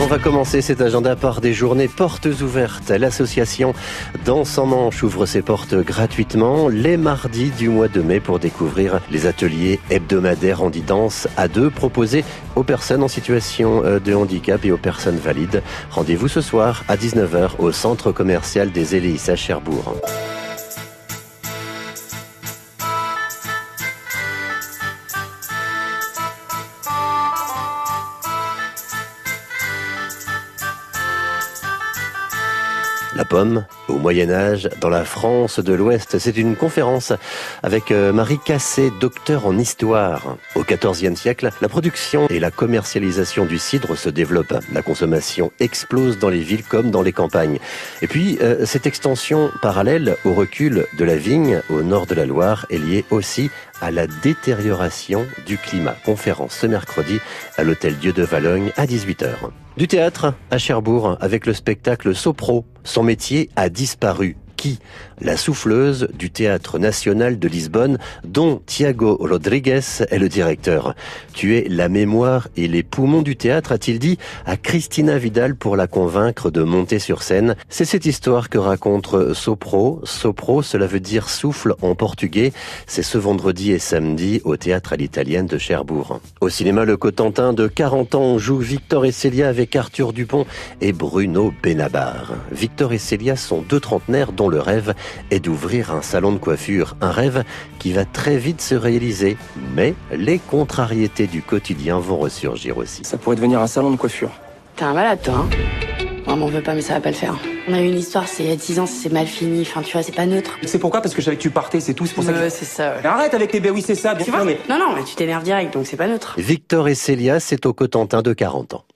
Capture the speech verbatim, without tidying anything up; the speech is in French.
va commencer cet agenda par des journées portes ouvertes. L'association Danse en Manche ouvre ses portes gratuitement les mardis du mois de mai pour découvrir les ateliers hebdomadaires handi danse à deux proposés aux personnes en situation de handicap et aux personnes valides. Rendez-vous ce soir à dix-neuf heures au centre commercial des Éléis à Cherbourg. La pomme, au Moyen-Âge, dans la France de l'Ouest, c'est une conférence avec Marie Cassé, docteur en histoire. Au quatorzième siècle, la production et la commercialisation du cidre se développent. La consommation explose dans les villes comme dans les campagnes. Et puis, euh, cette extension parallèle au recul de la vigne au nord de la Loire est liée aussi à la détérioration du climat. Conférence ce mercredi à l'hôtel Dieu de Valognes à dix-huit heures. Du théâtre à Cherbourg avec le spectacle Sopro. Son métier a disparu. Qui ? La souffleuse du Théâtre National de Lisbonne, dont Tiago Rodrigues est le directeur. Tu es la mémoire et les poumons du théâtre, a-t-il dit à Cristina Vidal pour la convaincre de monter sur scène. C'est cette histoire que raconte Sopro. Sopro, cela veut dire souffle en portugais. C'est ce vendredi et samedi au Théâtre à l'Italienne de Cherbourg. Au cinéma, le Cotentin de quarante ans joue Victor et Célia avec Arthur Dupont et Bruno Benabar. Victor et Célia sont deux trentenaires dont le rêve est d'ouvrir un salon de coiffure. Un rêve qui va très vite se réaliser. Mais les contrariétés du quotidien vont ressurgir aussi. Ça pourrait devenir un salon de coiffure. T'es un malade, toi, hein? Moi, m'en veux pas, mais ça va pas le faire. On a eu une histoire, c'est il y a dix ans, c'est mal fini. Enfin, tu vois, c'est pas neutre. C'est pourquoi? Parce que je savais que tu partais, c'est tout. C'est pour ça que... Ouais, c'est ça, ouais. Mais arrête avec les... Ben oui, c'est ça, bien Tu sûr, vois mais... Non, non, mais tu t'énerves direct, donc c'est pas neutre. Victor et Célia, c'est au Cotentin de quarante ans.